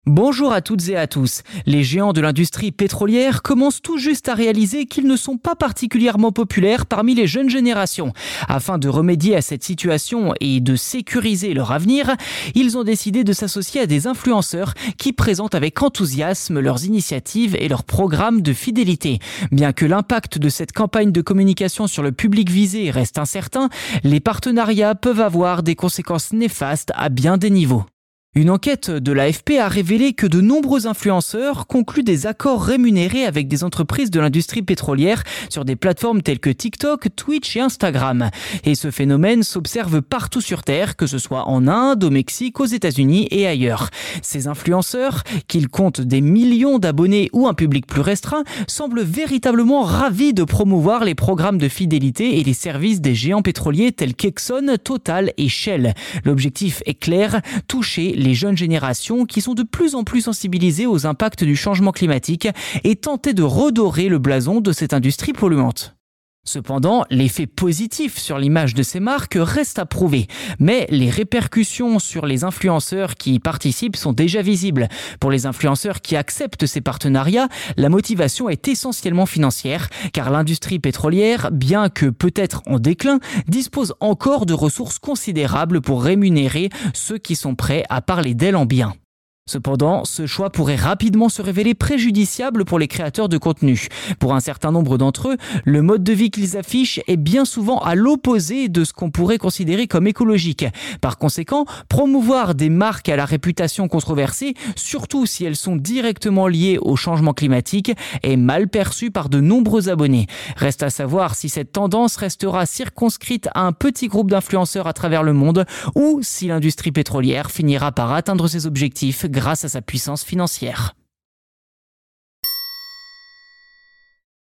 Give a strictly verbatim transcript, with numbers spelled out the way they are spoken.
Bonjour à toutes et à tous. Les géants de l'industrie pétrolière commencent tout juste à réaliser qu'ils ne sont pas particulièrement populaires parmi les jeunes générations. Afin de remédier à cette situation et de sécuriser leur avenir, ils ont décidé de s'associer à des influenceurs qui présentent avec enthousiasme leurs initiatives et leurs programmes de fidélité. Bien que l'impact de cette campagne de communication sur le public visé reste incertain, les partenariats peuvent avoir des conséquences néfastes à bien des niveaux. Une enquête de l'A F P a révélé que de nombreux influenceurs concluent des accords rémunérés avec des entreprises de l'industrie pétrolière sur des plateformes telles que TikTok, Twitch et Instagram. Et ce phénomène s'observe partout sur Terre, que ce soit en Inde, au Mexique, aux États-Unis et ailleurs. Ces influenceurs, qu'ils comptent des millions d'abonnés ou un public plus restreint, semblent véritablement ravis de promouvoir les programmes de fidélité et les services des géants pétroliers tels qu'Exxon, Total et Shell. L'objectif est clair, toucher les jeunes générations qui sont de plus en plus sensibilisées aux impacts du changement climatique et tenter de redorer le blason de cette industrie polluante. Cependant, l'effet positif sur l'image de ces marques reste à prouver, mais les répercussions sur les influenceurs qui y participent sont déjà visibles. Pour les influenceurs qui acceptent ces partenariats, la motivation est essentiellement financière, car l'industrie pétrolière, bien que peut-être en déclin, dispose encore de ressources considérables pour rémunérer ceux qui sont prêts à parler d'elle en bien. Cependant, ce choix pourrait rapidement se révéler préjudiciable pour les créateurs de contenu. Pour un certain nombre d'entre eux, le mode de vie qu'ils affichent est bien souvent à l'opposé de ce qu'on pourrait considérer comme écologique. Par conséquent, promouvoir des marques à la réputation controversée, surtout si elles sont directement liées au changement climatique, est mal perçu par de nombreux abonnés. Reste à savoir si cette tendance restera circonscrite à un petit groupe d'influenceurs à travers le monde ou si l'industrie pétrolière finira par atteindre ses objectifs grâce à sa puissance financière.